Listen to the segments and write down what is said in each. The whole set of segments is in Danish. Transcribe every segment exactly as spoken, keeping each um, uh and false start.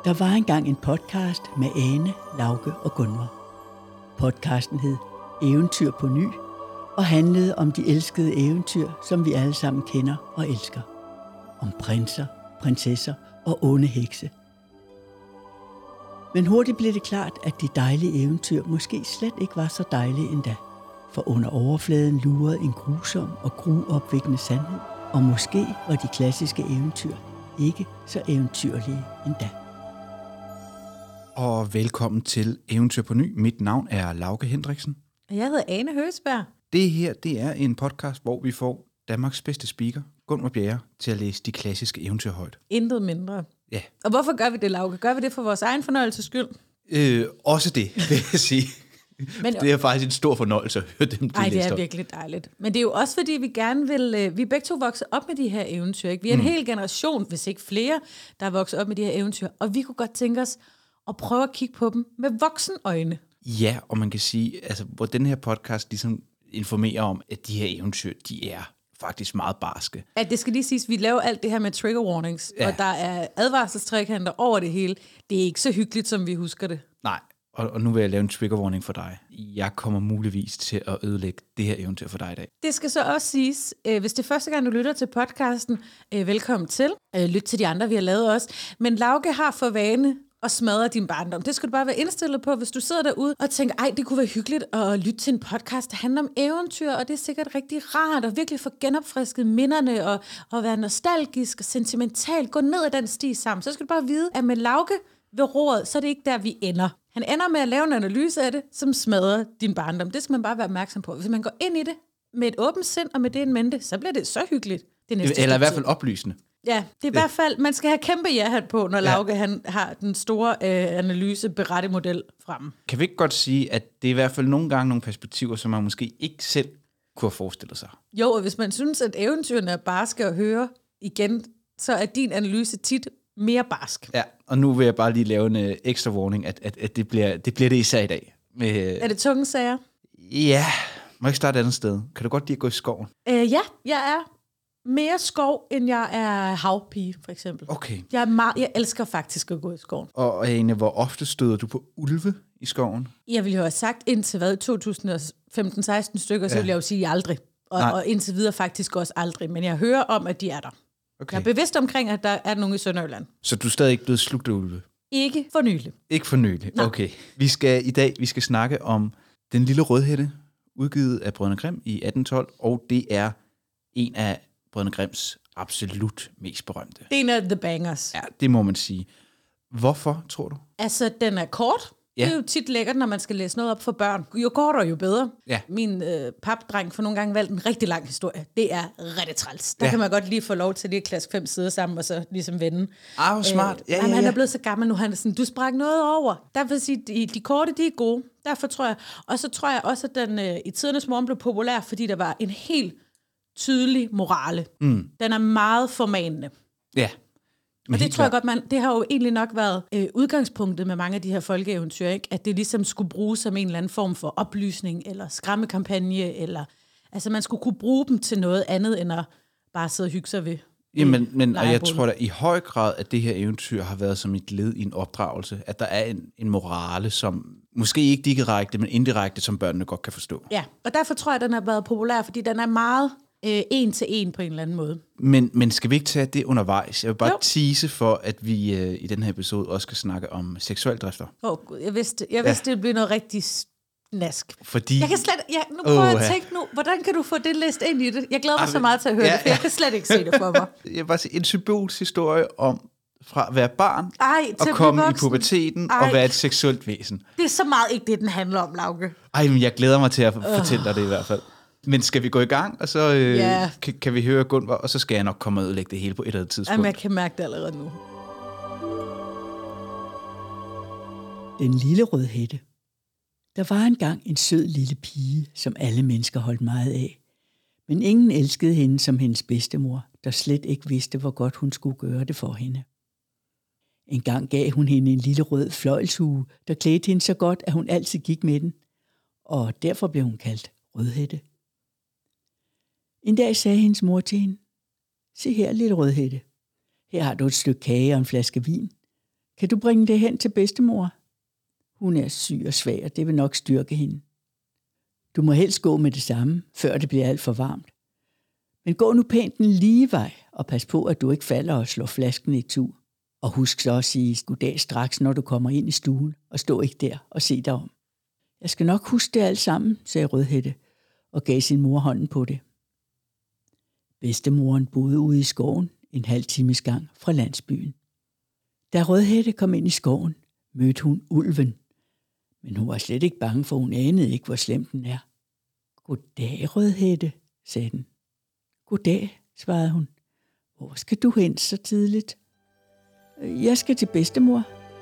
Der var engang en podcast med Ane, Lauke og Gunvor. Podcasten hed Eventyr på ny og handlede om de elskede eventyr, som vi alle sammen kender og elsker. Om prinser, prinsesser og onde hekse. Men hurtigt blev det klart, at de dejlige eventyr måske slet ikke var så dejlige endda. For under overfladen lurede en grusom og gruopvækkende sandhed, og måske var de klassiske eventyr ikke så eventyrlige endda. Og velkommen til Eventyr på ny. Mit navn er Lauke Hendriksen. Jeg hedder Ane Høgsberg. Det her, det er en podcast, hvor vi får Danmarks bedste speaker, Gunvor Bjerre, til at læse de klassiske eventyr højt. Intet mindre. Ja. Og hvorfor gør vi det, Lauke? Gør vi det for vores egen fornøjelses skyld? Øh, også det, vil jeg sige. Men, det er faktisk en stor fornøjelse at høre dem. Nej, det er op. Virkelig dejligt. Men det er jo også, fordi vi gerne vil... Vi er begge to vokset op med de her eventyr. Ikke? Vi er en mm. hel generation, hvis ikke flere, der er vokset op med de her eventyr. Og vi kunne godt tænke os at prøve at kigge på dem med voksenøjne. Ja, og man kan sige, altså, hvor den her podcast ligesom informerer om, at de her eventyr, de er faktisk meget barske. Ja, det skal lige siges, vi laver alt det her med trigger warnings, ja. Og der er advarselstrækanter over det hele. Det er ikke så hyggeligt, som vi husker det. Nej, og, og nu vil jeg lave en trigger warning for dig. Jeg kommer muligvis til at ødelægge det her eventyr for dig i dag. Det skal så også siges, øh, hvis det er første gang, du lytter til podcasten, øh, velkommen til. Øh, lyt til de andre, vi har lavet også. Men Lauke har for vane og smadre din barndom. Det skal du bare være indstillet på, hvis du sidder derude og tænker, ej, det kunne være hyggeligt at lytte til en podcast, der handler om eventyr, og det er sikkert rigtig rart, og virkelig få genopfrisket minderne, og, og være nostalgisk og sentimental, gå ned ad den sti sammen. Så skal du bare vide, at med Lauke ved roret, så er det ikke der, vi ender. Han ender med at lave en analyse af det, som smadrer din barndom. Det skal man bare være opmærksom på. Hvis man går ind i det med et åbent sind og med det en mente, så bliver det så hyggeligt. Det næste Eller i hvert fald oplysende. Ja, det er i hvert fald, man skal have kæmpe ja-hat på, når Lauke ja. han har den store øh, analyse berettemodel fremme. Kan vi ikke godt sige, at det er i hvert fald nogle gange nogle perspektiver, som man måske ikke selv kunne have forestillet sig? Jo, og hvis man synes, at eventyrene er barske at høre igen, så er din analyse tit mere barsk. Ja, og nu vil jeg bare lige lave en uh, ekstra warning, at, at, at det, bliver, det bliver det især i dag. Med, uh... Er det tunge sager? Ja, må jeg ikke starte et andet sted? Kan du godt lide at gå i skoven? Øh, ja, jeg er mere skov, end jeg er havpige, for eksempel. Okay. Jeg, er meget, jeg elsker faktisk at gå i skoven. Og Ane, hvor ofte støder du på ulve i skoven? Jeg ville jo have sagt indtil hvad, to tusind og femten seksten stykker, ja. Så ville jeg jo sige aldrig. Og, og indtil videre faktisk også aldrig. Men jeg hører om, at de er der. Okay. Jeg er bevidst omkring, at der er nogen i Sønderjylland. Så du er stadig ikke blevet slugt af ulve? Ikke for nylig. Ikke for nylig, Nej. Okay. Vi skal i dag vi skal snakke om Den lille rødhætte, udgivet af Brødrene Grimm i atten tolv, og det er en af Brødrene Grimms absolut mest berømte. Det er en af the bangers. Ja, det må man sige. Hvorfor, tror du? Altså, den er kort. Ja. Det er jo tit lækkert, når man skal læse noget op for børn. Jo kortere, jo bedre. Ja. Min øh, papdreng for nogle gange valgte en rigtig lang historie. Det er rigtig træls. Der ja. Kan man godt lige få lov til lige at klaske fem sider sammen, og så ligesom vende. Ah, hvor smart. Øh, ja, ja, jamen, ja. Han er blevet så gammel nu, han er sådan, du sprang noget over. Derfor vil sige, de, de korte, de er gode. Derfor tror jeg. Og så tror jeg også, at den øh, i tidernes morgen blev populær, fordi der var en helt tydelig morale. Mm. Den er meget formanende. Ja. Og det tror jeg godt, man, det har jo egentlig nok været øh, udgangspunktet med mange af de her folkeeventyr, ikke? At det ligesom skulle bruges som en eller anden form for oplysning, eller skræmmekampagne, eller altså man skulle kunne bruge dem til noget andet, end at bare sidde og hygge sig ved. Jamen, men og jeg tror da i høj grad, at det her eventyr har været som et led i en opdragelse, at der er en, en morale, som måske ikke direkte, men indirekte, som børnene godt kan forstå. Ja, og derfor tror jeg, at den har været populær, fordi den er meget øh, en til en på en eller anden måde. Men, men skal vi ikke tage det undervejs? Jeg vil bare jo. tease for, at vi øh, i den her episode også skal snakke om seksualdrifter. Åh oh, gud, jeg vidste, jeg vidste ja. Det ville blive noget rigtig nask. Fordi... Jeg kan slet... Ja, nu prøver oh, jeg at tænke nu, hvordan kan du få det læst ind i det? Jeg glæder mig ah, så meget til at høre ja, det, for ja. Jeg kan slet ikke se det for mig. Jeg vil bare sige, en symbolsk historie om fra at være barn Ej, og komme i puberteten Ej. Og være et seksuelt væsen. Det er så meget ikke det, den handler om, Lauke. Ej, men jeg glæder mig til at fortælle dig det i hvert fald. Men skal vi gå i gang, og så øh, yeah. kan, kan vi høre Gunvor, og så skal jeg nok komme og ødelægge det hele på et eller andet tidspunkt. Jamen, jeg kan mærke det allerede nu. Den lille rødhætte. Der var engang en sød lille pige, som alle mennesker holdt meget af. Men ingen elskede hende som hendes bedstemor, der slet ikke vidste, hvor godt hun skulle gøre det for hende. En gang gav hun hende en lille rød fløjlshue, der klædte hende så godt, at hun altid gik med den. Og derfor blev hun kaldt Rødhætte. En dag sagde hendes mor til hende, se her, lille Rødhætte. Her har du et stykke kage og en flaske vin. Kan du bringe det hen til bedstemor? Hun er syg og svag, og det vil nok styrke hende. Du må helst gå med det samme, før det bliver alt for varmt. Men gå nu pænt den lige vej, og pas på, at du ikke falder og slår flasken i tu. Og husk så at sige goddag straks, når du kommer ind i stuen, og stå ikke der og se dig om. Jeg skal nok huske det alt sammen, sagde Rødhætte, og gav sin mor hånden på det. Bedstemoren boede ude i skoven en halv times gang fra landsbyen. Da Rødhætte kom ind i skoven, mødte hun ulven. Men hun var slet ikke bange, for hun anede ikke, hvor slem den er. Goddag, Rødhætte, sagde den. Goddag, svarede hun. Hvor skal du hen så tidligt? Jeg skal til bedstemor.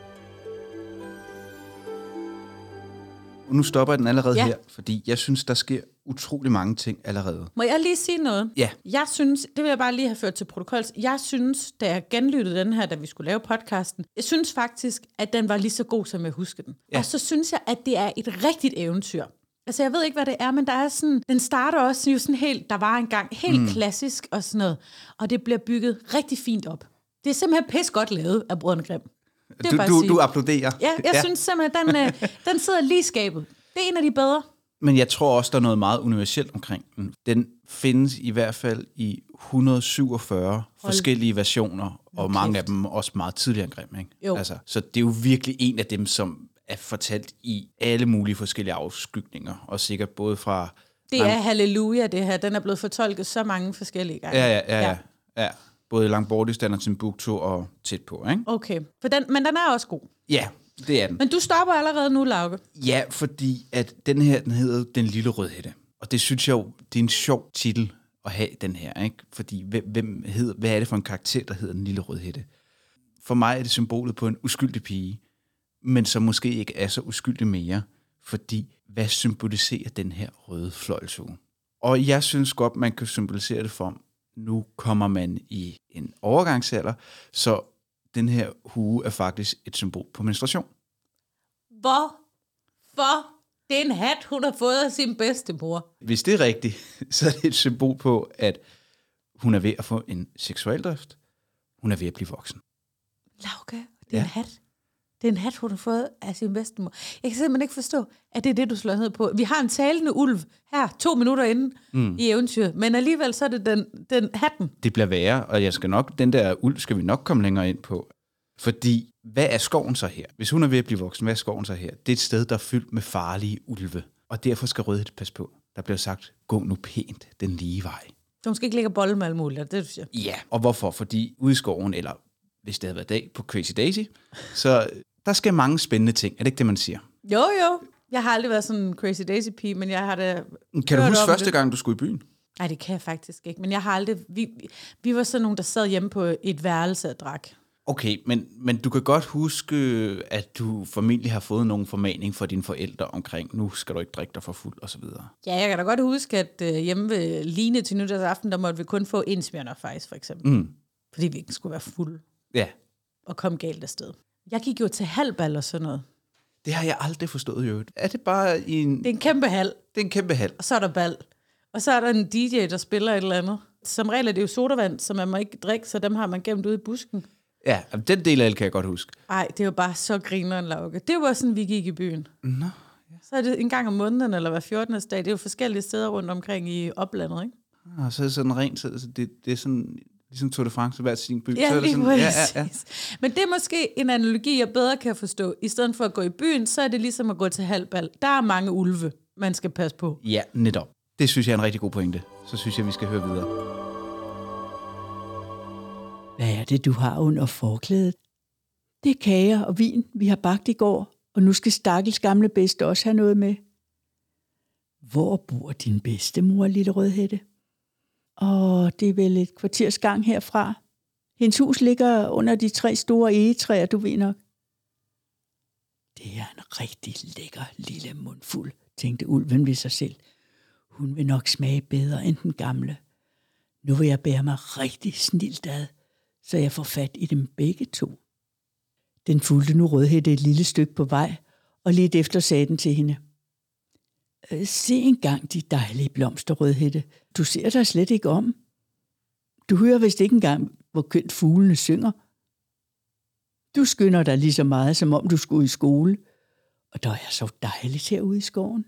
Nu stopper den allerede Ja. her, fordi jeg synes, der sker utrolig mange ting allerede. Må jeg lige sige noget? Ja. Jeg synes, det vil jeg bare lige have ført til protokols. Jeg synes, da jeg genlyttede den her, da vi skulle lave podcasten, jeg synes faktisk, at den var lige så god, som jeg husker den. Ja. Og så synes jeg, at det er et rigtigt eventyr. Altså, jeg ved ikke, hvad det er, men der er sådan, den starter også jo sådan helt, der var engang, helt mm. klassisk og sådan noget. Og det bliver bygget rigtig fint op. Det er simpelthen pis godt lavet af Brødrene Grimm. Det Du, du, du applauderer. Ja, jeg ja. synes simpelthen, den, øh, den sidder lige i skabet. Det er en af de bedre. Men jeg tror også, der er noget meget universelt omkring den. Den findes i hvert fald i et hundrede syvogfyrre Hold. forskellige versioner, og kæft. mange af dem også meget tidligere end Grimm, ikke? Jo. Altså, så det er jo virkelig en af dem, som er fortalt i alle mulige forskellige afskygninger, og sikkert både fra... Det er halleluja, det her. Den er blevet fortolket så mange forskellige gange. Ja, ja, ja, ja. ja. Både langt bort i stand og Timbuktu og tæt på, ikke? Okay, for den, men den er også god. Ja, det er den. Men du stopper allerede nu, Lauke. Ja, fordi at den her, den hedder Den Lille Rødhætte. Og det synes jeg jo, det er en sjov titel at have den her, ikke? Fordi hvem, hvem hedder, hvad er det for en karakter, der hedder Den Lille Rødhætte? For mig er det symbolet på en uskyldig pige, men som måske ikke er så uskyldig mere, fordi hvad symboliserer den her røde fløjlshue? Og jeg synes godt, man kan symbolisere det for, nu kommer man i en overgangsalder, så den her hue er faktisk et symbol på menstruation. Hvorfor? Det er en hat, hun har fået af sin bedstemor. Hvis det er rigtigt, så er det et symbol på, at hun er ved at få en seksualdrift. Hun er ved at blive voksen. Lauke, det er Ja. en hat. Det er en hat, hun har fået af sin bedstemor. Jeg kan simpelthen ikke forstå, at det er det, du slår ned på. Vi har en talende ulv her, to minutter inden mm. i eventyret, men alligevel så er det den, den hatten. Det bliver værre, og jeg skal nok, den der ulv skal vi nok komme længere ind på. Fordi, hvad er skoven så her? Hvis hun er ved at blive voksen, hvad er skoven så her? Det er et sted, der er fyldt med farlige ulve. Og derfor skal Rødhætte passe på. Der bliver sagt, gå nu pænt den lige vej. Så hun skal ikke ligge og bolle med alt muligt, det du siger. Ja, og hvorfor? Fordi ude i skoven, eller hvis det havde været dag på Crazy Daisy, så der skal mange spændende ting. Er det ikke det, man siger? Jo, jo. Jeg har aldrig været sådan en Crazy Daisy-pige, men jeg har da... Kan du hørt huske om første det. gang, du skulle i byen? Nej, det kan jeg faktisk ikke, men jeg har aldrig... Vi, vi var sådan nogle, der sad hjemme på et værelse og drak. Okay, men, men du kan godt huske, at du formentlig har fået nogen formaning fra dine forældre omkring, nu skal du ikke drikke dig for fuld, og så videre. Ja, jeg kan da godt huske, at øh, hjemme ved Line til nytårsaften, der måtte vi kun få en Smirnoff Ice, for eksempel. Mm. Fordi vi ikke skulle være fulde Ja, og komme galt afsted. Jeg gik jo til halvbal og sådan noget. det har jeg aldrig forstået, jo. Er det bare i en... Det er en kæmpe hal, Det er en kæmpe hal. og så er der bal. Og så er der en D J, der spiller et eller andet. Som regel er det jo sodavand, så man må ikke drikke, så dem har man gemt ude i busken. Ja, den del af det kan jeg godt huske. Ej, det var bare så grineren, Lauke. Det var sådan, vi gik i byen. Nå, ja. Så er det en gang om måneden, eller hver fjortende dag. Det er jo forskellige steder rundt omkring i oplandet, ikke? og så er det sådan rent, så det, det er sådan, ligesom Tour de France, hver sin by. Ja, så er det lige sådan, præcis. ja, ja, ja. Men det er måske en analogi, jeg bedre kan forstå. I stedet for at gå i byen, så er det ligesom at gå til halvbal. Der er mange ulve, man skal passe på. Ja, netop. Det synes jeg er en rigtig god pointe. Så synes jeg, vi skal høre videre. Hvad er det, du har under forklædet? Det er kager og vin, vi har bagt i går, og nu skal stakkels gamle bedste også have noget med. Hvor bor din bedstemor, lille Rødhætte? Åh, det er vel et kvarters gang herfra. Hendes hus ligger under de tre store egetræer, du ved nok. Det er en rigtig lækker lille mundfuld, tænkte ulven ved sig selv. Hun vil nok smage bedre end den gamle. Nu vil jeg bære mig rigtig snilt ad, så jeg får fat i dem begge to. Den fulgte nu Rødhætte et lille stykke på vej, og lidt efter sagde den til hende. Se engang de dejlige blomster, Rødhætte. Du ser dig slet ikke om. Du hører vist ikke engang, hvor kønt fuglene synger. Du skynder dig lige så meget, som om du skulle i skole. Og der er så dejligt herude i skoven.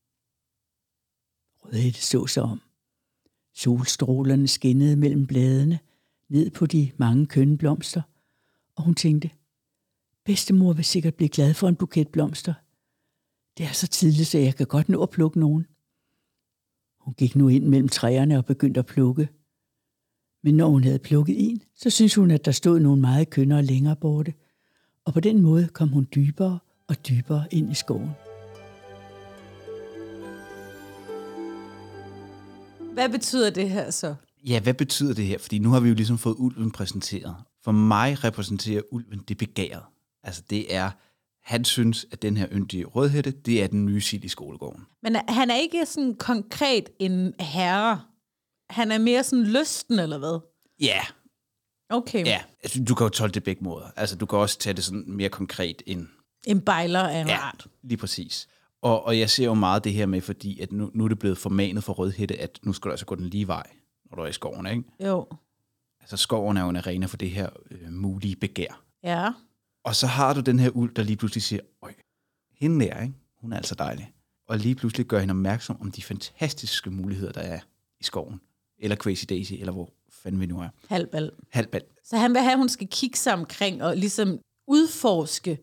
Rødhætte så sig om. Solstrålerne skinnede mellem bladene, ned på de mange kønne blomster, og hun tænkte, bedstemor vil sikkert blive glad for en buket blomster. Det er så tidligt, så jeg kan godt nå at plukke nogen. Hun gik nu ind mellem træerne og begyndte at plukke. Men når hun havde plukket en, så syntes hun, at der stod nogle meget kønnere længere borte, og på den måde kom hun dybere og dybere ind i skoven. Hvad betyder det her så? Ja, hvad betyder det her? Fordi nu har vi jo ligesom fået ulven præsenteret. For mig repræsenterer ulven det begæret. Altså det er, han synes, at den her yndige rødhætte, det er den nye sild i skolegården. Men han er ikke sådan konkret en herre. Han er mere sådan lysten, eller hvad? Ja. Okay. Ja, altså, du kan jo tolke det begge måder. Altså du kan også tage det sådan mere konkret end... En bejler af en ja, art. Lige præcis. Og, og jeg ser jo meget det her med, fordi at nu, nu er det blevet formanet for rødhætte, at nu skal du altså gå den lige vej, når du er i skoven, ikke? Jo. Altså skoven er jo en arena for det her øh, mulige begær. Ja. Og så har du den her ulv, der lige pludselig siger, øj, hende der, ikke? Hun er altså dejlig. Og lige pludselig gør hende opmærksom om de fantastiske muligheder, der er i skoven. Eller Crazy Daisy, eller hvor fanden vi nu er. Halvbal. Halvbal. Så han vil have, at hun skal kigge sig omkring og ligesom udforske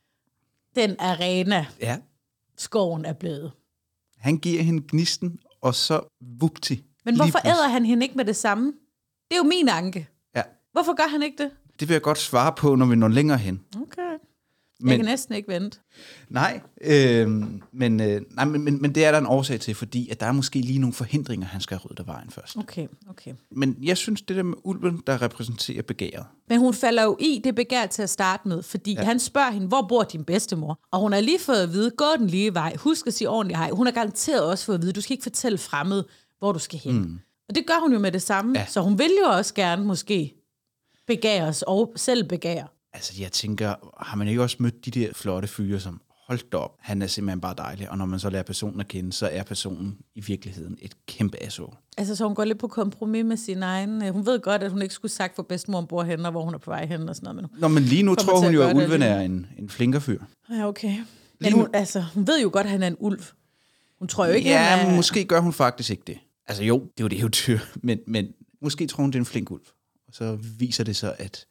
den arena, Ja. skoven er blevet. Han giver hende gnisten, og så vupti. Men hvorfor æder han hende ikke med det samme? Det er jo min anke. Ja. Hvorfor gør han ikke det? Det vil jeg godt svare på, når vi når længere hen. Okay. Men, jeg kan næsten ikke vente. Nej, øh, men, øh, nej men, men, men det er der en årsag til, fordi at der er måske lige nogle forhindringer, han skal rydde af vejen først. Okay, okay. Men jeg synes, det der med ulven, der repræsenterer begæret. Men hun falder jo i det begær til at starte med, fordi ja. han spørger hende, hvor bor din bedstemor? Og hun har lige fået at vide, gå den lige vej, husk at sige ordentligt hej. Hun har garanteret også fået at vide, du skal ikke fortælle fremmed, hvor du skal hen. Mm. Og det gør hun jo med det samme, ja. Så hun vil jo også gerne måske begæres og selv begære. Altså, jeg tænker, har man ikke også mødt de der flotte fyre, som holdt op, han er simpelthen bare dejlig, og når man så lærer personen at kende, så er personen i virkeligheden et kæmpe asshole. Altså, så hun går lidt på kompromis med sin egen... Hun ved godt, at hun ikke skulle sagt for bedstemor, om bor henne, og hvor hun er på vej hen og sådan noget. Men Nå, men lige nu tror hun jo, at ulven er en, en flinker fyr. Ja, okay. Men hun, altså, hun ved jo godt, at han er en ulv. Hun tror jo ikke, ja, han er... Ja, måske gør hun faktisk ikke det. Altså jo, det er jo det eventyr, men, men måske tror hun, det er en flink ulv. Og så viser det sig, at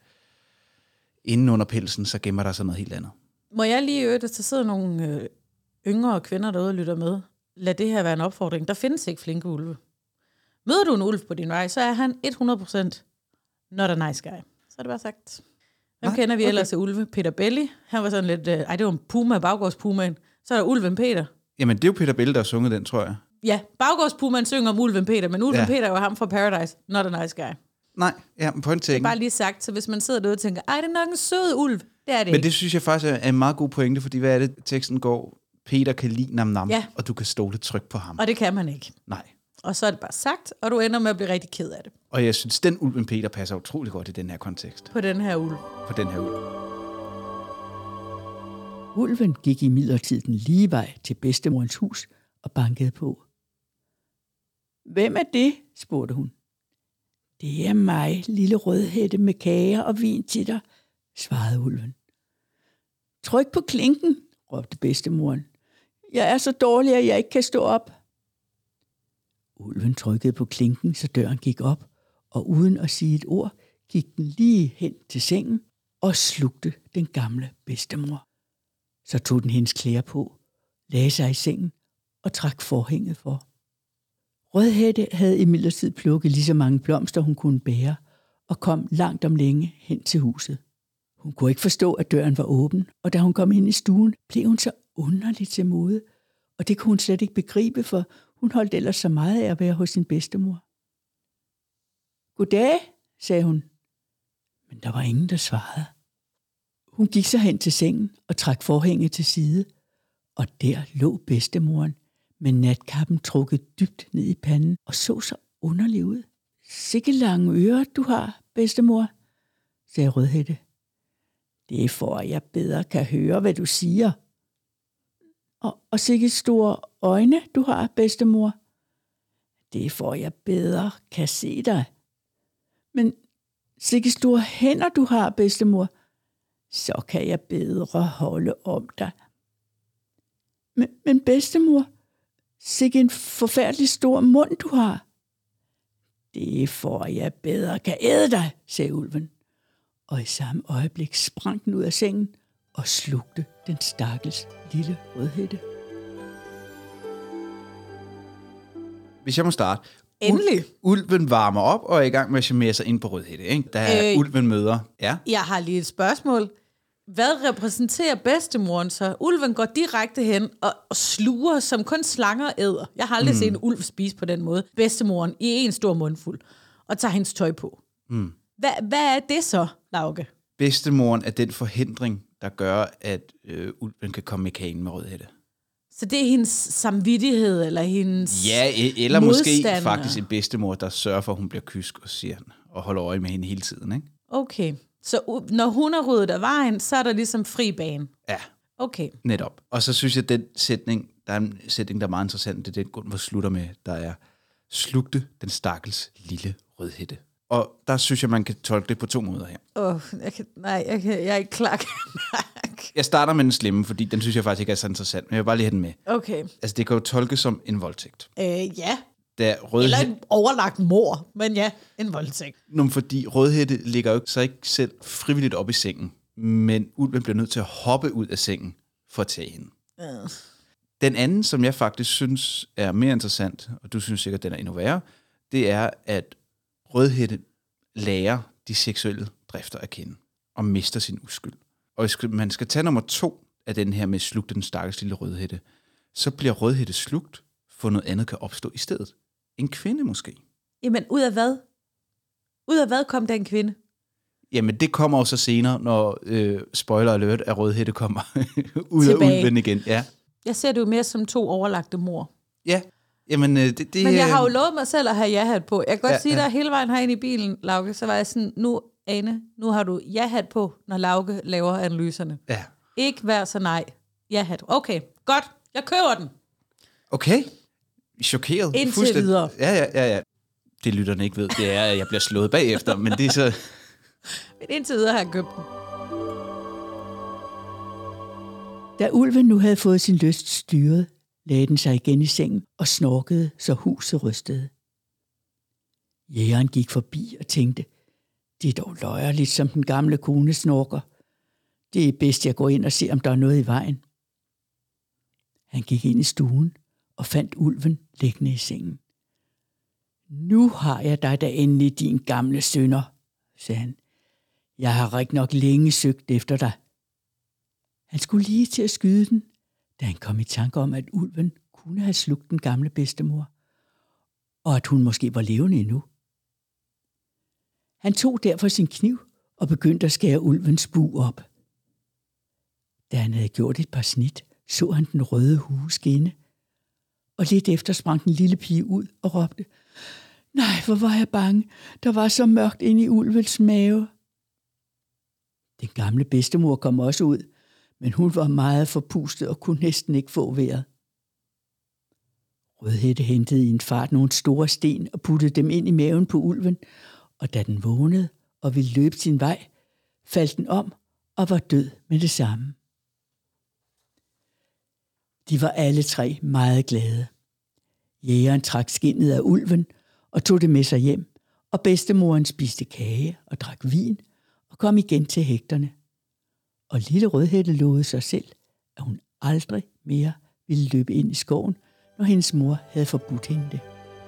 inden under pelsen, så gemmer der sig noget helt andet. Må jeg lige øve, at der sidder nogle øh, yngre kvinder derude og lytter med. Lad det her være en opfordring. Der findes ikke flinke ulve. Møder du en ulv på din vej, så er han hundrede procent not a nice guy. Så er det bare sagt. Hvem Nej, kender vi okay. ellers af ulve? Peter Belli. Han var sådan lidt, øh, ej det var en puma, baggårdspumaen. Så er der ulven Peter. Jamen det er jo Peter Belli, der har sunget den, tror jeg. Ja, baggårdspumaen synger om ulven Peter, men ulven ja. Peter er jo ham fra Paradise. Not a nice guy. Nej, ja, point taken. Det er bare lige sagt, så hvis man sidder derude og tænker, ej, det er nok en sød ulv. Det er det Men ikke. det synes jeg faktisk er en meget god pointe, fordi hvad er det, teksten går? Peter kan lide nam nam, ja. Og du kan stole trygt på ham. Og det kan man ikke. Nej. Og så er det bare sagt, og du ender med at blive rigtig ked af det. Og jeg synes, den ulven Peter passer utrolig godt i den her kontekst. På den her ulv. På den her ulv. Ulven gik i midlertid den lige vej til bedstemorens hus og bankede på. Hvem er det? spurgte hun. Det er mig, lille rødhætte med kager og vin til dig, svarede ulven. Tryk på klinken, råbte bedstemoren. Jeg er så dårlig, at jeg ikke kan stå op. Ulven trykkede på klinken, så døren gik op, og uden at sige et ord, gik den lige hen til sengen og slugte den gamle bedstemor. Så tog den hendes klæder på, lagde sig i sengen og trak forhænget for. Rødhætte havde imidlertid plukket lige så mange blomster, hun kunne bære, og kom langt om længe hen til huset. Hun kunne ikke forstå, at døren var åben, og da hun kom ind i stuen, blev hun så underligt til mode, og det kunne hun slet ikke begribe, for hun holdt ellers så meget af at være hos sin bedstemor. Goddag, sagde hun, men der var ingen, der svarede. Hun gik så hen til sengen og trak forhænget til side, og der lå bedstemoren med natkappen trukket dybt ned i panden og så så underlig ud. Sikke lange ører, du har, bedstemor, sagde Rødhætte. Det er for, at jeg bedre kan høre, hvad du siger. Og, og sikke store øjne, du har, bedstemor. Det er for, at jeg bedre kan se dig. Men sikke store hænder, du har, bedstemor. så kan jeg bedre holde om dig. Men, men bedstemor, sikke en forfærdelig stor mund, du har. Det får jeg bedre kan æde dig, sagde ulven. Og i samme øjeblik sprang den ud af sengen og slugte den stakkels lille rødhætte. Hvis jeg må starte. Endelig. Ulven varmer op og er i gang med at charmere sig ind på rødhætte, ikke? Da øh, ulven møder. Ja. Jeg har lige et spørgsmål. Hvad repræsenterer bedstemoren så? Ulven går direkte hen og, og sluger, som kun slanger æder. Jeg har aldrig mm. set en ulv spise på den måde. Bedstemoren i en stor mundfuld og tager hendes tøj på. Mm. Hvad, hvad er det så, Lauke? Bedstemoren er den forhindring, der gør, at øh, ulven kan komme i kagen med rødhætte. Så det er hendes samvittighed, eller hendes Ja, eller modstander. Måske faktisk en bedstemor, der sørger for, at hun bliver kysk og, siger, og holder øje med hende hele tiden, ikke? Okay. Så når hun er ryddet af vejen, så er der ligesom fri bane? Ja. Okay. Netop. Og så synes jeg, at den sætning, der er en sætning, der er meget interessant, det er den grund, hvor slutter med, der er slugte den stakkels lille rødhætte. Og der synes jeg, man kan tolke det på to måder her. Åh, oh, jeg kan, nej, jeg, kan, jeg er ikke klar. Jeg starter med den slemme, fordi den synes jeg faktisk ikke er så interessant, men jeg vil bare lige have den med. Okay. Altså, det kan jo tolkes som en voldtægt. Øh, ja. Da rødhætte... Eller en overlagt mor, men ja, en voldtægt. Nå, fordi rødhætte ligger jo så ikke selv frivilligt op i sengen, men ulven bliver nødt til at hoppe ud af sengen for at tage hende. Øh. Den anden, som jeg faktisk synes er mere interessant, og du synes sikkert, den er endnu værre, det er, at rødhætte lærer de seksuelle drifter at kende og mister sin uskyld. Og hvis man skal tage nummer to af den her med slugte den stakkels lille rødhætte, så bliver rødhætte slugt, for noget andet kan opstå i stedet. En kvinde måske. Jamen, ud af hvad? Ud af hvad kom der en kvinde? Jamen, det kommer også senere, når, øh, spoiler alert, at rødhætte kommer ud tilbage af ulven igen. Ja. Jeg ser det jo mere som to overlagte mor. Ja. Jamen, øh, det, det, Men jeg har jo lovet mig selv at have ja-hat på. Jeg kan godt ja, sige ja. dig, hele vejen herinde i bilen, Lauke, så var jeg sådan, nu, Ane, nu har du ja-hat på, når Lauke laver analyserne. Ja. Ikke vær så nej. Ja-hat. Okay, godt. Jeg køber den. Okay. Chokeret. Indtil videre. Ja, ja, ja, ja. Det lytterne ikke ved, det er, at jeg bliver slået bagefter, men det er så... Men indtil videre har jeg købt den. Da ulven nu havde fået sin lyst styret, lagde den sig igen i sengen og snorkede, så huset rystede. Jægeren gik forbi og tænkte, det er dog løjerligt, som den gamle kone snorker. Det er bedst, jeg går ind og ser, om der er noget i vejen. Han gik ind i stuen og fandt ulven liggende i sengen. Nu har jeg dig da endelig, din gamle sønner, sagde han. Jeg har rigtig nok længe søgt efter dig. Han skulle lige til at skyde den, da han kom i tanke om, at ulven kunne have slugt den gamle bedstemor, og at hun måske var levende endnu. Han tog derfor sin kniv og begyndte at skære ulvens bug op. Da han havde gjort et par snit, så han den røde hue skinne, og lidt efter sprang den lille pige ud og råbte, nej, hvor var jeg bange, der var så mørkt inde i ulvens mave. Den gamle bedstemor kom også ud, men hun var meget forpustet og kunne næsten ikke få vejret. Rødhætte hentede i en fart nogle store sten og puttede dem ind i maven på ulven, og da den vågnede og ville løbe sin vej, faldt den om og var død med det samme. De var alle tre meget glade. Jægeren trak skindet af ulven og tog det med sig hjem, og bedstemoren spiste kage og drak vin og kom igen til hægterne. Og lille Rødhætte lovede sig selv, at hun aldrig mere ville løbe ind i skoven, når hendes mor havde forbudt hende det.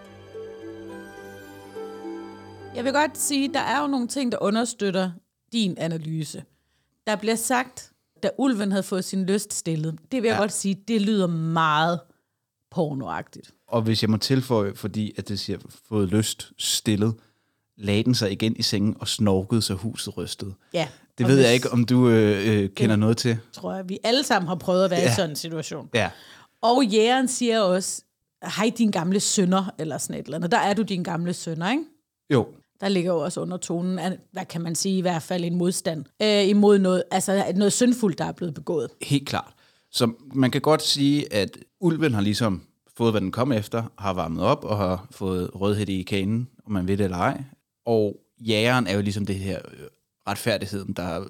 Jeg vil godt sige, at der er jo nogle ting, der understøtter din analyse. Der bliver sagt, da ulven havde fået sin lyst stillet. Det vil jeg ja. godt sige, det lyder meget pornoagtigt. Og hvis jeg må tilføje, fordi at det siger, fået lyst stillet, lagde den sig igen i sengen og snorkede, så huset rystede. Ja. Det ved hvis, jeg ikke, om du øh, øh, kender det, noget til. Tror jeg, vi alle sammen har prøvet at være ja. i sådan en situation. Ja. Og jægeren siger også, hej din gamle sønner, eller sådan et eller andet. Der er du din gamle sønner, ikke? Jo. Der ligger jo også under tonen, hvad kan man sige, i hvert fald en modstand øh, imod noget, altså noget syndfuldt, der er blevet begået. Helt klart. Så man kan godt sige, at ulven har ligesom fået, hvad den kom efter, har varmet op og har fået rødhætte i kanen, om man ved det eller ej. Og jægeren er jo ligesom det her retfærdigheden, der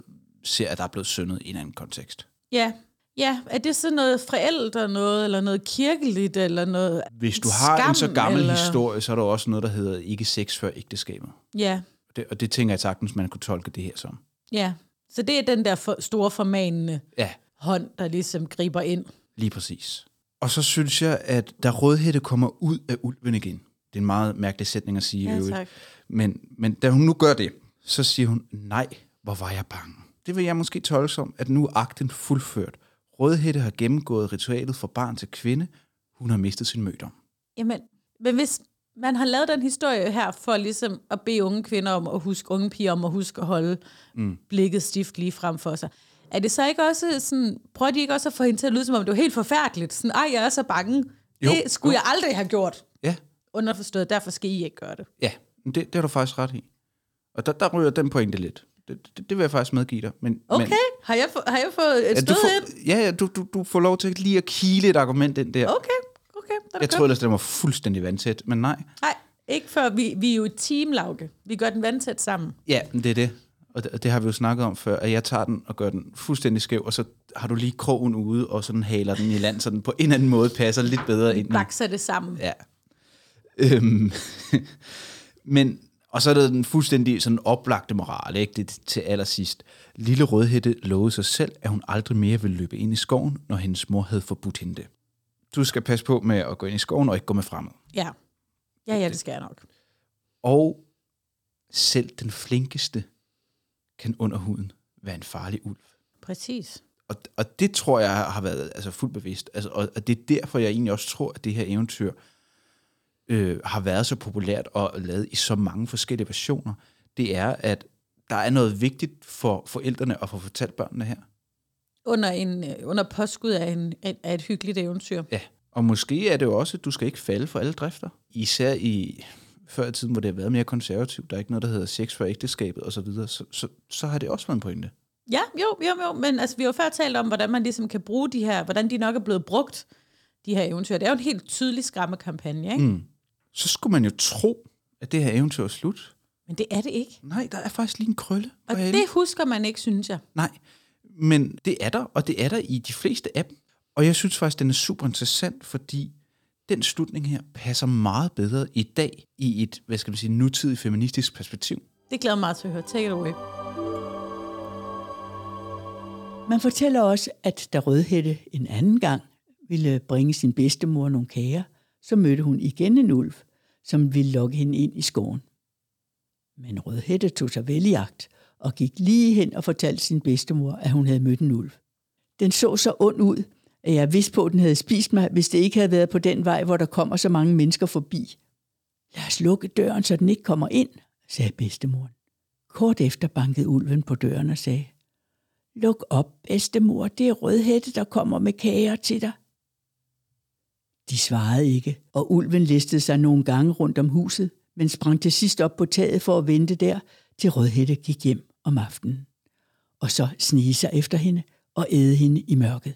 ser, at der er blevet syndet i en anden kontekst. Ja. Ja, er det så noget forældre noget, eller noget kirkeligt, eller noget Hvis du har skam, en så gammel eller... historie, så er der også noget, der hedder ikke sex før ægteskabet. Ja. Det, og det tænker jeg sagtens, man kunne tolke det her som. Ja, så det er den der for, store formanende ja. hånd, der ligesom griber ind. Lige præcis. Og så synes jeg, at da Rødhætte kommer ud af ulven igen, det er en meget mærkelig sætning at sige. Ja, øvrigt. Men, men da hun nu gør det, så siger hun, nej, hvor var jeg bange. Det vil jeg måske tolke som, at nu er akten fuldført. Rødhætte har gennemgået ritualet fra barn til kvinde. Hun har mistet sin mødom. Jamen, men hvis man har lavet den historie her for ligesom at bede unge kvinder om at huske, unge piger om at huske at holde mm. blikket stift lige frem for sig, er det så ikke også sådan, prøver de ikke også at få hende til at lyde, som om det var helt forfærdeligt? Sådan, ej, jeg er så bange. Jo. Det skulle jo. jeg aldrig have gjort. Ja. Underforstået, derfor skal I ikke gøre det. Ja, det, det har du faktisk ret i. Og der, der ryger den pointe lidt. Det, det, det vil jeg faktisk medgive dig. Men, okay, men, har, jeg få, har jeg fået et ja, stød får, ind? Ja, ja du, du, du får lov til lige at kile et argument ind der. Okay, okay. Der jeg tror ellers, det var fuldstændig vandtæt, men nej. Nej, ikke før. Vi, vi er jo et team, Lauke. Vi gør den vandtæt sammen. Ja, det er det. Og det, det har vi jo snakket om før, at jeg tager den og gør den fuldstændig skæv, og så har du lige krogen ude, og sådan haler den i land, så den på en eller anden måde passer lidt bedre ind. Bakser det sammen. Ja. Øhm. men... Og så er det den fuldstændig sådan oplagte moral, ikke? Det til allersidst. Lille Rødhætte lovede sig selv, at hun aldrig mere ville løbe ind i skoven, når hendes mor havde forbudt hende det. Du skal passe på med at gå ind i skoven og ikke gå med fremmed. Ja, ja, ja det skal jeg nok. Og selv den flinkeste kan under huden være en farlig ulv. Præcis. Og, og det tror jeg har været altså, fuldt bevidst. Altså, og, og det er derfor, jeg egentlig også tror, at det her eventyr Øh, har været så populært og lavet i så mange forskellige versioner, det er, at der er noget vigtigt for forældrene at få fortalt børnene her. Under, en, under påskud af, en, af et hyggeligt eventyr. Ja, og måske er det jo også, at du skal ikke falde for alle drifter. Især i før i tiden, hvor det har været mere konservativt, der er ikke noget, der hedder sex før ægteskabet osv., så, videre, så, så, så har det også været en pointe. Ja, jo, jo, jo, men altså, vi har jo før talt om, hvordan man ligesom kan bruge de her, hvordan de nok er blevet brugt, de her eventyr. Det er jo en helt tydelig skræmmekampagne, ikke? Mm. Så skulle man jo tro, at det her eventyr er slut. Men det er det ikke. Nej, der er faktisk lige en krølle. Og det husker man ikke, synes jeg. Nej, men det er der, og det er der i de fleste af dem. Og jeg synes faktisk, den er super interessant, fordi den slutning her passer meget bedre i dag i et, hvad skal vi sige, nutidigt feministisk perspektiv. Det glæder mig meget til at høre. Take it away. Man fortæller også, at da Rødhætte en anden gang ville bringe sin bedstemor nogle kager, så mødte hun igen en ulv, som ville lokke hende ind i skoven. Men Rødhætte tog sig vel i agt og gik lige hen og fortalte sin bedstemor, at hun havde mødt en ulv. Den så så ond ud, at jeg vidste på, at den havde spist mig, hvis det ikke havde været på den vej, hvor der kommer så mange mennesker forbi. Lad os lukke døren, så den ikke kommer ind, sagde bedstemoren. Kort efter bankede ulven på døren og sagde, luk op, bedstemor, det er Rødhætte, der kommer med kager til dig. De svarede ikke, og ulven listede sig nogle gange rundt om huset, men sprang til sidst op på taget for at vente der, til Rødhætte gik hjem om aftenen. Og så snige sig efter hende og æde hende i mørket.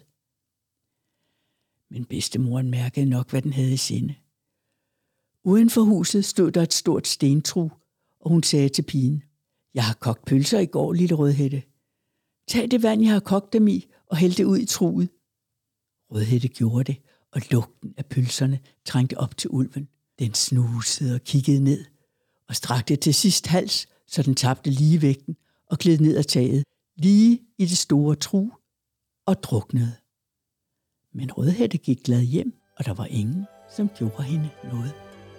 Men bedstemoren mærkede nok, hvad den havde i sinde. Uden for huset stod der et stort stentru, og hun sagde til pigen, jeg har kogt pølser i går, lille Rødhætte. Tag det vand, jeg har kogt dem i, og hæld det ud i truet. Rødhætte gjorde det, og lugten af pølserne trængte op til ulven. Den snusede og kiggede ned, og strakte til sidst hals, så den tabte ligevægten og gled ned ad taget, lige i det store tru, og druknede. Men Rødhætte gik glad hjem, og der var ingen, som gjorde hende noget.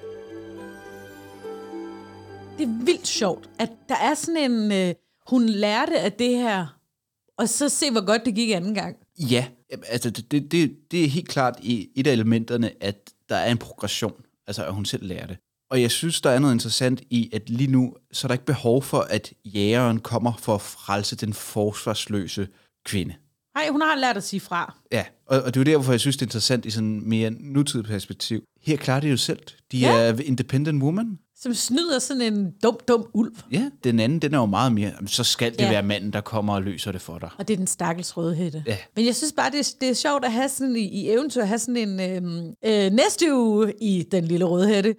Det er vildt sjovt, at der er sådan en, øh, hun lærte af det her, og så se, hvor godt det gik anden gang. Ja, altså det, det, det er helt klart i et af elementerne, at der er en progression, altså at hun selv lærer det. Og jeg synes, der er noget interessant i, at lige nu, så er der ikke behov for, at jægeren kommer for at frelse den forsvarsløse kvinde. Nej, hun har lært at sige fra. Ja, og, og det er jo derfor, jeg synes, det er interessant i sådan en mere nutidigt perspektiv. Her klarer de jo selv. De ja. er independent woman. Som snyder sådan en dum, dum ulv. Ja, den anden, den er jo meget mere, så skal det ja. være manden, der kommer og løser det for dig. Og det er den stakkels Rødhætte. Ja. Men jeg synes bare, det er, det er sjovt at have sådan i, i eventyr, at have sådan en øhm, øh, næste uge i Den Lille Rødhætte,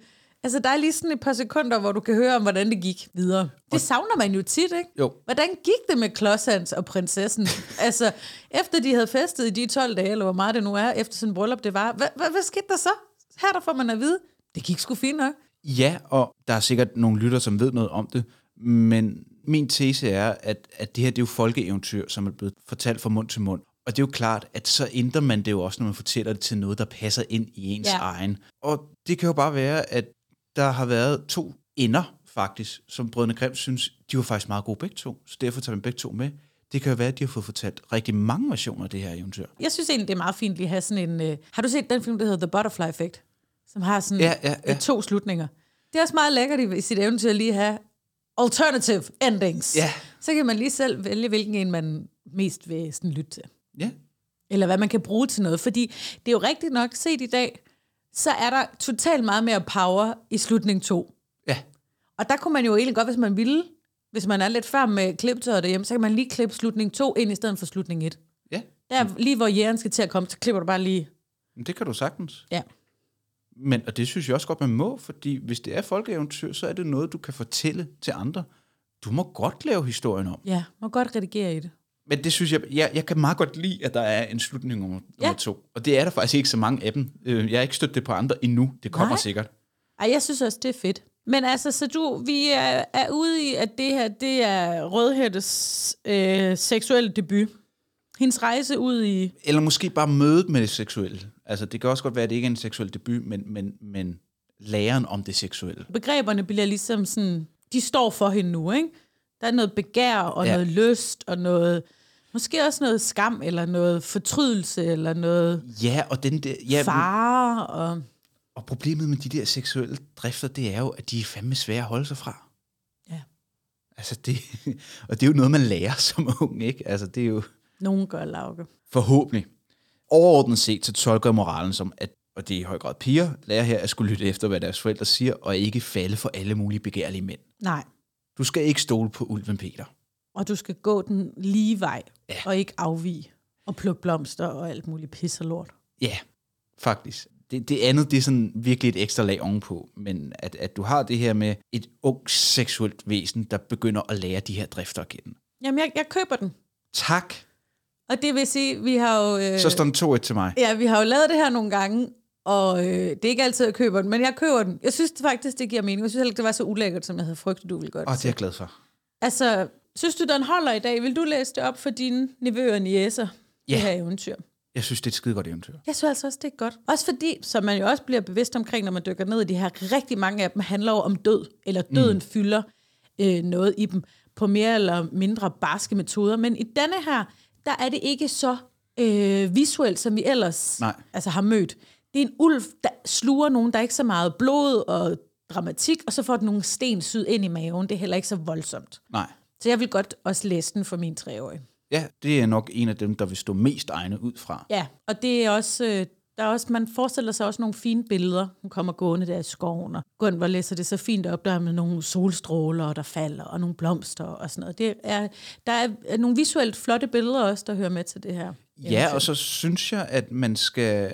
Altså, der er lige sådan et par sekunder, hvor du kan høre om, hvordan det gik videre. Det savner man jo tit, ikke? Jo. Hvordan gik det med Klodshans og prinsessen? Altså, efter de havde festet i de tolv dage, eller hvor meget det nu er, efter sådan en bryllup det var. Hvad, hvad, hvad skete der så? Her der får man at vide. Det gik sgu fint nok. Ja, og der er sikkert nogle lytter, som ved noget om det, men min tese er, at, at det her det er jo folkeeventyr, som er blevet fortalt fra mund til mund. Og det er jo klart, at så ændrer man det jo også, når man fortæller det til noget, der passer ind i ens ja. egen. Og det kan jo bare være, at der har været to ender, faktisk, som Brødrene Grimm synes, de var faktisk meget gode begge to, så derfor tager man begge to med. Det kan jo være, at de har fået fortalt rigtig mange versioner af det her eventyr. Jeg synes egentlig, det er meget fint lige at have sådan en... Øh... Har du set den film, der hedder The Butterfly Effect? Som har sådan ja, ja, ja. to slutninger. Det er også meget lækkert i sit eventyr at lige have alternative endings. Ja. Så kan man lige selv vælge, hvilken en man mest vil sådan lytte til. Ja. Eller hvad man kan bruge til noget. Fordi det er jo rigtigt nok set i dag, så er der totalt meget mere power i slutning to. Ja. Og der kunne man jo egentlig godt, hvis man ville, hvis man er lidt færdig med kliptøjet derhjemme, så kan man lige klippe slutning to ind i stedet for slutning et. Ja. Der lige hvor jæren skal til at komme, så klipper du bare lige. Men det kan du sagtens. Ja. Men, og det synes jeg også godt, man må, fordi hvis det er folkeeventyr, så er det noget, du kan fortælle til andre. Du må godt lave historien om. Ja, må godt redigere i det. Men det synes jeg, jeg, jeg kan meget godt lide, at der er en slutning nummer, ja. nummer to. Og det er der faktisk ikke så mange af dem. Jeg har ikke stødt det på andre endnu. Det kommer Nej. sikkert. Ej, jeg synes også, det er fedt. Men altså, så du, vi er, er ude i, at det her, det er Rødhættes øh, seksuelle debut. Hendes rejse ud i... Eller måske bare mødet med det seksuelle. Altså, det kan også godt være, at det ikke er en seksuel debut, men, men, men læren om det seksuelle. Begreberne bliver ligesom sådan... De står for hende nu, ikke? Der er noget begær og ja. noget lyst og noget... Måske også noget skam, eller noget fortrydelse, eller noget... Ja, og den der... Ja, fare og... Og problemet med de der seksuelle drifter, det er jo, at de er fandme svære at holde sig fra. Ja. Altså, det... Og det er jo noget, man lærer som ung, ikke? Altså, det er jo... Nogen gør, Lauke. Forhåbentlig. Overordnet set, så tolker jeg moralen som, at, og det er i høj grad piger, lærer her at skulle lytte efter, hvad deres forældre siger, og ikke falde for alle mulige begærlige mænd. Nej. Du skal ikke stole på ulven Peter. Og du skal gå den lige vej, ja. og ikke afvige, og plukke blomster og alt muligt pis og lort. Ja, faktisk. Det, det andet, det er sådan virkelig et ekstra lag ovenpå, men at, at du har det her med et ung seksuelt væsen, der begynder at lære de her drifter at kende. Jamen, jeg, jeg køber den. Tak. Og det vil sige, vi har jo... Øh, Så står den to et til mig. Ja, vi har jo lavet det her nogle gange, og øh, det er ikke altid, jeg køber den, men jeg køber den. Jeg synes det faktisk, det giver mening. Jeg synes heller ikke, det var så ulækkert, som jeg havde frygtet, du ville gøre det. Åh, det er jeg glad for. Altså, synes du, den holder i dag? Vil du læse det op for dine nevøer og niæser? Ja. Det her eventyr. Jeg synes, det er et skide godt eventyr. Jeg synes altså også, det er godt. Også fordi, som man jo også bliver bevidst omkring, når man dykker ned i de her, rigtig mange af dem handler jo om død, eller døden mm. fylder øh, noget i dem på mere eller mindre barske metoder. Men i denne her, der er det ikke så øh, visuelt, som vi ellers altså, har mødt. Det er en ulv, der sluger nogen, der er ikke så meget blod og dramatik, og så får den nogle sten syd ind i maven. Det er heller ikke så voldsomt. Nej. Så jeg vil godt også læse den for min treårige. Ja, det er nok en af dem, der vil stå mest egne ud fra. Ja, og det er også, øh, der er også, man forestiller sig også nogle fine billeder. Hun kommer gående der i skoven, og Gunvor læser det så fint op, der er med nogle solstråler, der falder, og nogle blomster og sådan noget. Det er, der er nogle visuelt flotte billeder også, der hører med til det her. Ja, og så synes jeg, at man skal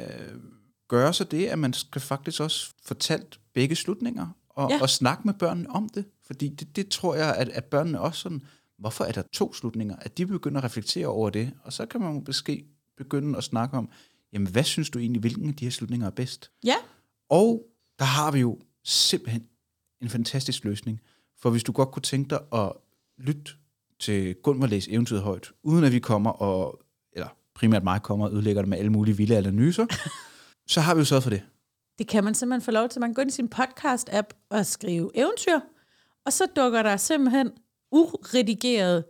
gøre så det, at man skal faktisk også fortalt begge slutninger, og, ja. og snakke med børnene om det. Fordi det, det tror jeg, at, at børnene også sådan, hvorfor er der to slutninger? At de begynder at reflektere over det, og så kan man måske begynde at snakke om, jamen hvad synes du egentlig, hvilken af de her slutninger er bedst? Ja. Og der har vi jo simpelthen en fantastisk løsning, for hvis du godt kunne tænke dig at lytte til Gunvor læse eventyret højt, uden at vi kommer og, eller primært mig kommer og ødelægger det med alle mulige vilde analyser, så har vi jo sørget for det. Det kan man simpelthen få lov til. Man går ind i sin podcast-app og skrive eventyr, og så dukker der simpelthen uredigerede,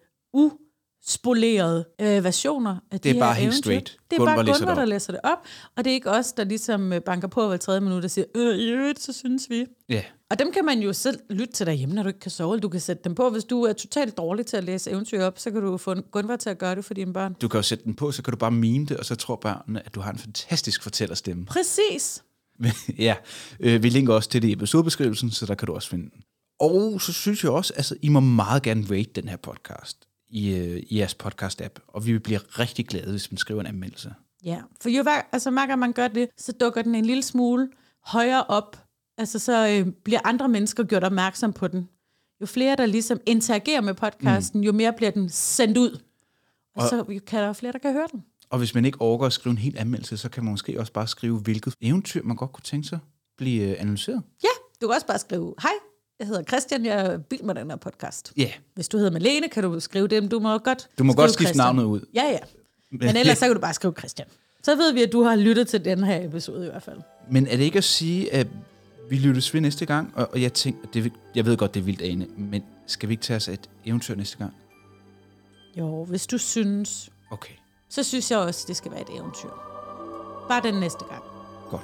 uspolerede øh, versioner af de her eventyr. Det er bare helt straight. Det er Gunvor bare Gunvor, der læser det op, og det er ikke os, der ligesom banker på hver tredje minut og siger, øh, i øvrigt, så synes vi. Yeah. Og dem kan man jo selv lytte til derhjemme, når du ikke kan sove, eller du kan sætte dem på. Hvis du er totalt dårlig til at læse eventyr op, så kan du få Gunvor til at gøre det for dine børn. Du kan jo sætte den på, så kan du bare mime det, og så tror børnene, at du har en fantastisk fortællerstemme. Præcis. Ja, øh, vi linker også til det i episodebeskrivelsen, så der kan du også finde den. Og så synes jeg også, altså I må meget gerne rate den her podcast i, øh, i jeres podcast-app, og vi bliver rigtig glade, hvis man skriver en anmeldelse. Ja, for jo, altså hver gang man gør det, så dukker den en lille smule højere op Altså, så øh, bliver andre mennesker gjort opmærksom på den. Jo flere, der ligesom interagerer med podcasten, mm. jo mere bliver den sendt ud. Og, og så kan der jo flere, der kan høre den. Og hvis man ikke overgår at skrive en hel anmeldelse, så kan man måske også bare skrive, hvilket eventyr man godt kunne tænke sig blive analyseret. Ja, du kan også bare skrive, hej, jeg hedder Christian, jeg er vild med den her podcast. Ja. Yeah. Hvis du hedder Malene, kan du skrive det, men du må godt Du må godt skifte Christian. navnet ud. Ja, ja. Men ellers så kan du bare skrive Christian. Så ved vi, at du har lyttet til den her episode i hvert fald. Men er det ikke at sige, at vi lyttes ved næste gang? Og, og jeg tænker, det, jeg ved godt, det er vildt, Ane, men skal vi ikke tage os et eventyr næste gang? Jo, hvis du synes, okay. så synes jeg også, det skal være et eventyr. Bare den næste gang. Godt.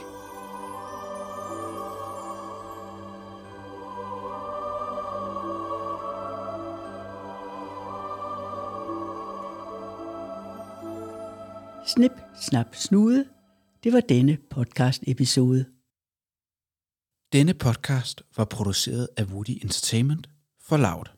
Snip, snap, snude. Det var denne podcast-episode. Denne podcast var produceret af Woody Entertainment for Loud.